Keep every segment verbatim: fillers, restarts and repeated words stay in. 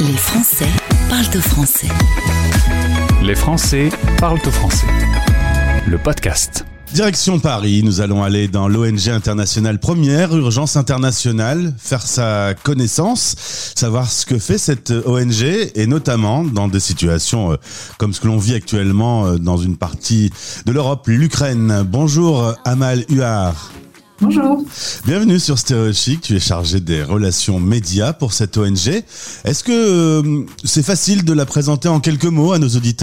Les Français parlent au français. Les Français parlent au français. Le podcast. Direction Paris, nous allons aller dans l'O N G internationale Première Urgence Internationale, faire sa connaissance, savoir ce que fait cette O N G et notamment dans des situations comme ce que l'on vit actuellement dans une partie de l'Europe, l'Ukraine. Bonjour Amal Huard. Bonjour. Bienvenue sur Stéréochic, tu es chargée des relations médias pour cette O N G. Est-ce que euh, c'est facile de la présenter en quelques mots à nos auditeurs ?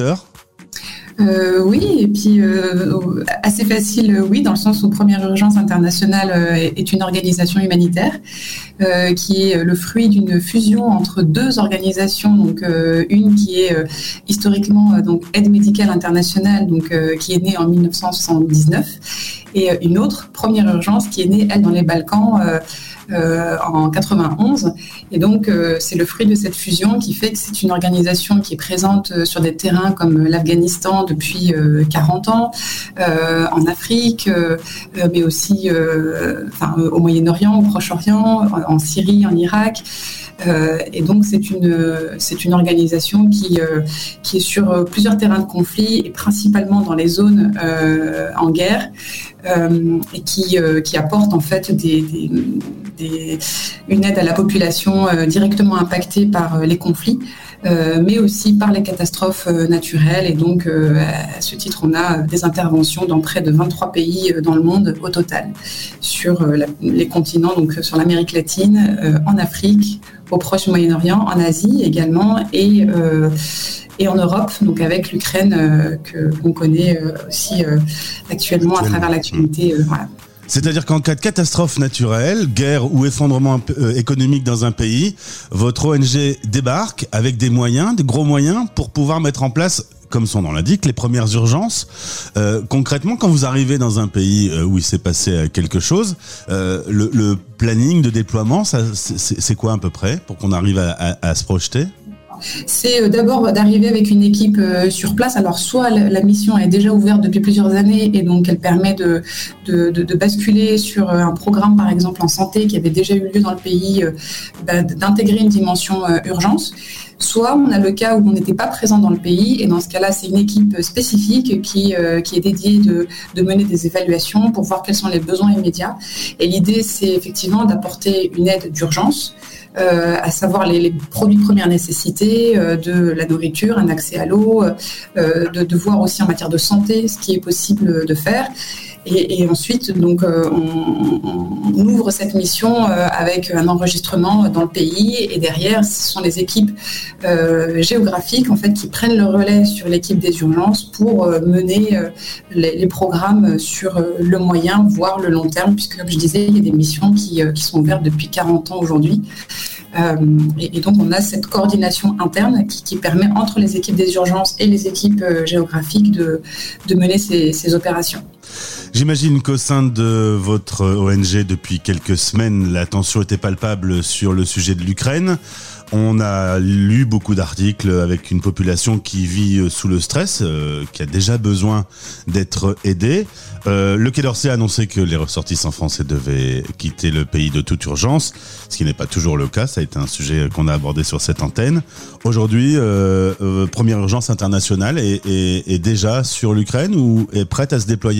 Euh, oui, et puis euh, assez facile, oui, dans le sens où Première Urgence Internationale euh, est une organisation humanitaire euh, qui est le fruit d'une fusion entre deux organisations, donc euh, une qui est euh, historiquement euh, donc Aide médicale internationale, donc euh, qui est née en dix-neuf cent soixante-dix-neuf, et euh, une autre Première Urgence qui est née elle dans les Balkans. Euh, Euh, en quatre-vingt-onze, et donc euh, c'est le fruit de cette fusion qui fait que c'est une organisation qui est présente euh, sur des terrains comme l'Afghanistan depuis euh, quarante ans, euh, en Afrique, euh, euh, mais aussi euh, enfin, euh, au Moyen-Orient, au Proche-Orient, en, en Syrie, en Irak. Euh, et donc c'est une c'est une organisation qui euh, qui est sur plusieurs terrains de conflit et principalement dans les zones euh, en guerre euh, et qui euh, qui apporte en fait des, des, des une aide à la population euh, directement impactée par euh, les conflits. Euh, mais aussi par les catastrophes euh, naturelles. Et donc, euh, à ce titre, on a des interventions dans près de vingt-trois pays euh, dans le monde au total, sur euh, la, les continents, donc sur l'Amérique latine, euh, en Afrique, au Proche Moyen-Orient, en Asie également, et, euh, et en Europe, donc avec l'Ukraine euh, que l'on connaît euh, aussi euh, actuellement à travers l'actualité. Euh, voilà. C'est-à-dire qu'en cas de catastrophe naturelle, guerre ou effondrement euh, économique dans un pays, votre O N G débarque avec des moyens, des gros moyens, pour pouvoir mettre en place, comme son nom l'indique, les premières urgences. Euh, concrètement, quand vous arrivez dans un pays où il s'est passé quelque chose, euh, le, le planning de déploiement, ça, c'est, c'est quoi à peu près, pour qu'on arrive à, à, à se projeter ? C'est d'abord d'arriver avec une équipe sur place. Alors, soit la mission est déjà ouverte depuis plusieurs années et donc elle permet de, de, de, de basculer sur un programme, par exemple en santé, qui avait déjà eu lieu dans le pays, d'intégrer une dimension urgence. Soit on a le cas où on n'était pas présent dans le pays, et dans ce cas-là, c'est une équipe spécifique qui, euh, qui est dédiée de, de mener des évaluations pour voir quels sont les besoins immédiats. Et l'idée, c'est effectivement d'apporter une aide d'urgence, euh, à savoir les, les produits de première nécessité, euh, de la nourriture, un accès à l'eau, euh, de, de voir aussi en matière de santé ce qui est possible de faire. Et, et ensuite, donc, euh, on, on ouvre cette mission euh, avec un enregistrement dans le pays, et derrière, ce sont les équipes euh, géographiques en fait qui prennent le relais sur l'équipe des urgences pour euh, mener euh, les, les programmes sur euh, le moyen, voire le long terme, puisque comme je disais, il y a des missions qui, euh, qui sont ouvertes depuis quarante ans aujourd'hui. Euh, et, et donc on a cette coordination interne qui, qui permet entre les équipes des urgences et les équipes euh, géographiques de, de mener ces, ces opérations. J'imagine qu'au sein de votre O N G, depuis quelques semaines, la tension était palpable sur le sujet de l'Ukraine. On a lu beaucoup d'articles avec une population qui vit sous le stress, euh, qui a déjà besoin d'être aidée. Euh, le Quai d'Orsay a annoncé que les ressortissants français devaient quitter le pays de toute urgence, ce qui n'est pas toujours le cas. Ça a été un sujet qu'on a abordé sur cette antenne. Aujourd'hui, euh, euh, Première Urgence Internationale est, est, est déjà sur l'Ukraine ou est prête à se déployer ?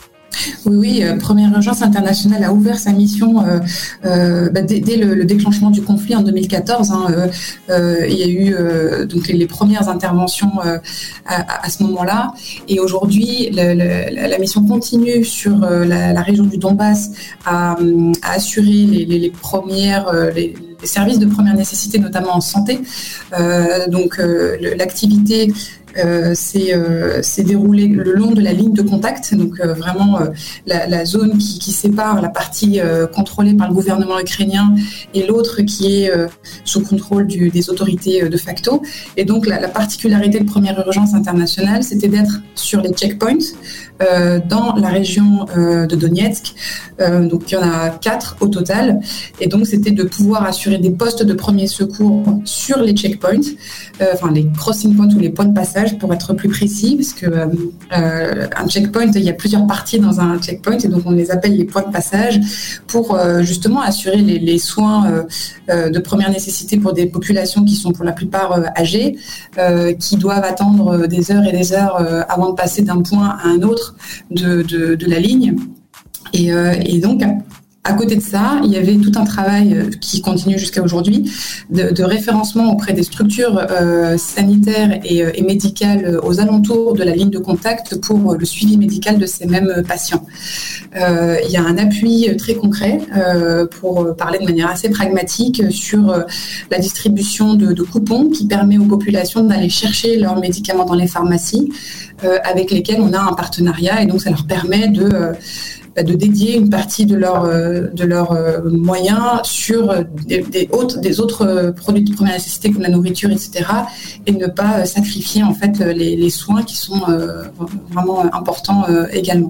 Oui, oui, euh, Première Urgence Internationale a ouvert sa mission euh, euh, bah, dès, dès le, le déclenchement du conflit en deux mille quatorze. Hein, euh, euh, il y a eu euh, donc les, les premières interventions euh, à, à ce moment-là, et aujourd'hui le, le, la mission continue sur euh, la, la région du Donbass à, à assurer les, les, les premières euh, les, les services de première nécessité, notamment en santé. Euh, donc euh, le, l'activité Euh, c'est, euh, c'est déroulé le long de la ligne de contact, donc euh, vraiment euh, la, la zone qui, qui sépare la partie euh, contrôlée par le gouvernement ukrainien et l'autre qui est euh, sous contrôle du, des autorités euh, de facto. Et donc la, la particularité de Première Urgence Internationale, c'était d'être sur les checkpoints euh, dans la région euh, de Donetsk. Euh, donc il y en a quatre au total, et donc c'était de pouvoir assurer des postes de premier secours sur les checkpoints, euh, enfin les crossing points ou les points de passage, passage, pour être plus précis, parce que euh, un checkpoint, il y a plusieurs parties dans un checkpoint, et donc on les appelle les points de passage, pour euh, justement assurer les, les soins euh, euh, de première nécessité pour des populations qui sont pour la plupart euh, âgées, euh, qui doivent attendre des heures et des heures euh, avant de passer d'un point à un autre de, de, de la ligne. Et, euh, et donc, à côté de ça, il y avait tout un travail qui continue jusqu'à aujourd'hui de, de référencement auprès des structures euh, sanitaires et, et médicales aux alentours de la ligne de contact pour le suivi médical de ces mêmes patients. Euh, il y a un appui très concret euh, pour parler de manière assez pragmatique sur la distribution de, de coupons qui permet aux populations d'aller chercher leurs médicaments dans les phaarmacies euh, avec lesquels on a un partenariat, et donc ça leur permet de euh, de dédier une partie de leurs de leurs moyens sur des, des, autres, des autres produits de première nécessité comme la nourriture, et cetera, et ne pas sacrifier en fait les, les soins qui sont euh, vraiment importants euh, également.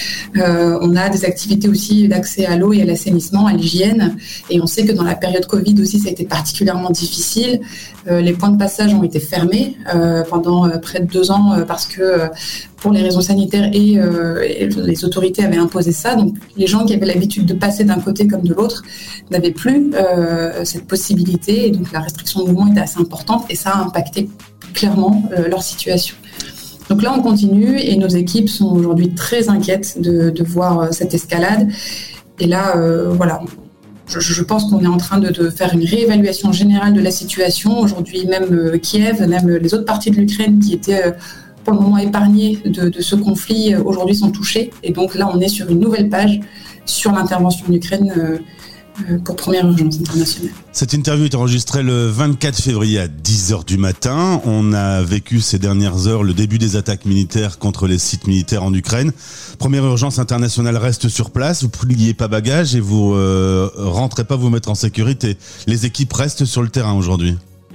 Euh, on a des activités aussi d'accès à l'eau et à l'assainissement, à l'hygiène, et on sait que dans la période Covid aussi ça a été particulièrement difficile. Euh, les points de passage ont été fermés euh, pendant euh, près de deux ans euh, parce que euh, pour les raisons sanitaires et, euh, et les autorités avaient imposé ça. Donc les gens qui avaient l'habitude de passer d'un côté comme de l'autre n'avaient plus euh, cette possibilité, et donc la restriction de mouvement était assez importante, et ça a impacté clairement euh, leur situation. Donc là on continue, et nos équipes sont aujourd'hui très inquiètes de, de voir euh, cette escalade. Et là euh, voilà, je, je pense qu'on est en train de, de faire une réévaluation générale de la situation. Aujourd'hui même euh, Kiev, même les autres parties de l'Ukraine qui étaient euh, pour le moment épargnés de, de ce conflit, euh, aujourd'hui sont touchés. Et donc là, on est sur une nouvelle page sur l'intervention en Ukraine euh, euh, pour première urgence internationale. Cette interview est enregistrée le vingt-quatre février à dix heures du matin. On a vécu ces dernières heures le début des attaques militaires contre les sites militaires en Ukraine. Première urgence internationale reste sur place. Vous ne pliez pas bagages et vous euh, rentrez pas vous mettre en sécurité. Les équipes restent sur le terrain aujourd'hui.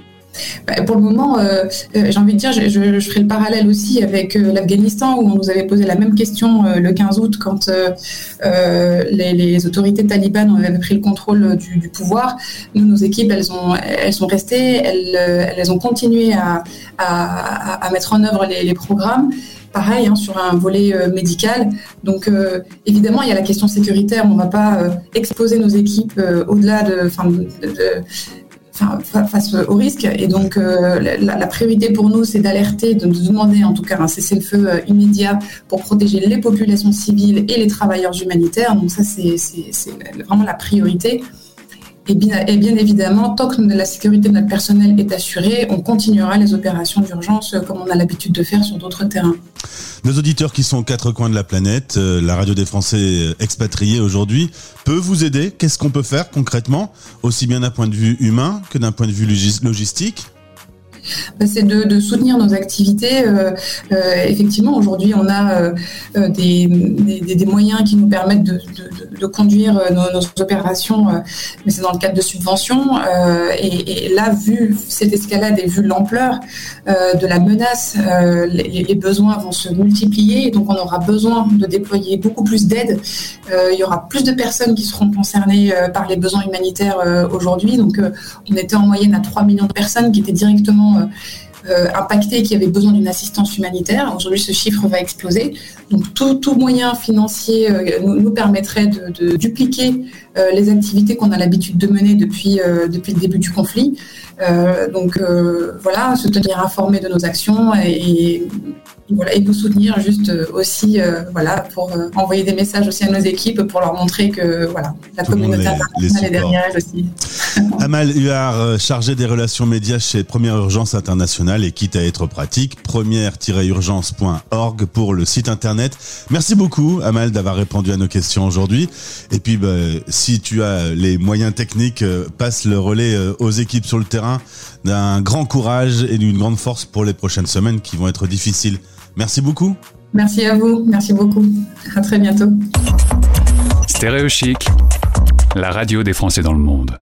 Pour le moment, euh, j'ai envie de dire, je, je, je ferai le parallèle aussi avec euh, l'Afghanistan, où on nous avait posé la même question euh, le quinze août quand euh, euh, les, les autorités talibanes avaient pris le contrôle du, du pouvoir. Nous, nos équipes, elles, ont, elles sont restées, elles, elles ont continué à, à, à mettre en œuvre les, les programmes. Pareil, hein, sur un volet euh, médical. Donc, euh, évidemment, il y a la question sécuritaire. On ne va pas euh, exposer nos équipes euh, au-delà de... de, de Enfin, face au risque, et donc euh, la, la priorité pour nous c'est d'alerter, de nous demander en tout cas un cessez-le-feu euh, immédiat pour protéger les populations civiles et les travailleurs humanitaires. Donc ça c'est, c'est, c'est vraiment la priorité. Et bien, et bien évidemment, tant que la sécurité de notre personnel est assurée, on continuera les opérations d'urgence comme on a l'habitude de faire sur d'autres terrains. Nos auditeurs qui sont aux quatre coins de la planète, euh, la radio des Français expatriés aujourd'hui, peut vous aider. Qu'est-ce qu'on peut faire concrètement, aussi bien d'un point de vue humain que d'un point de vue logis- logistique ? C'est de, de soutenir nos activités. Euh, euh, effectivement, aujourd'hui, on a euh, des, des, des moyens qui nous permettent de, de, de conduire nos, nos opérations, euh, mais c'est dans le cadre de subventions. Euh, et, et là, vu cette escalade et vu l'ampleur euh, de la menace, euh, les, les besoins vont se multiplier. Et donc, on aura besoin de déployer beaucoup plus d'aide. Euh, il y aura plus de personnes qui seront concernées euh, par les besoins humanitaires euh, aujourd'hui. Donc, euh, on était en moyenne à trois millions de personnes qui étaient directement Euh, impactés, qui avaient besoin d'une assistance humanitaire. Aujourd'hui, ce chiffre va exploser. Donc, tout, tout moyen financier euh, nous, nous permettrait de, de dupliquer euh, les activités qu'on a l'habitude de mener depuis, euh, depuis le début du conflit. Euh, donc, euh, voilà, se tenir informé de nos actions et, et, voilà, et nous soutenir juste aussi euh, voilà, pour euh, envoyer des messages aussi à nos équipes pour leur montrer que voilà, la Tout communauté les, internationale les est derrière elle aussi. Amal Huard, chargé des relations médias chez Première Urgence Internationale, et quitte à être pratique, première tiret urgence point org pour le site internet. Merci beaucoup Amal d'avoir répondu à nos questions aujourd'hui. Et puis bah, si tu as les moyens techniques, euh, passe le relais euh, aux équipes sur le terrain, d'un grand courage et d'une grande force pour les prochaines semaines qui vont être difficiles. Merci beaucoup. Merci à vous, merci beaucoup. À très bientôt. Stéréo Chic, la radio des Français dans le monde.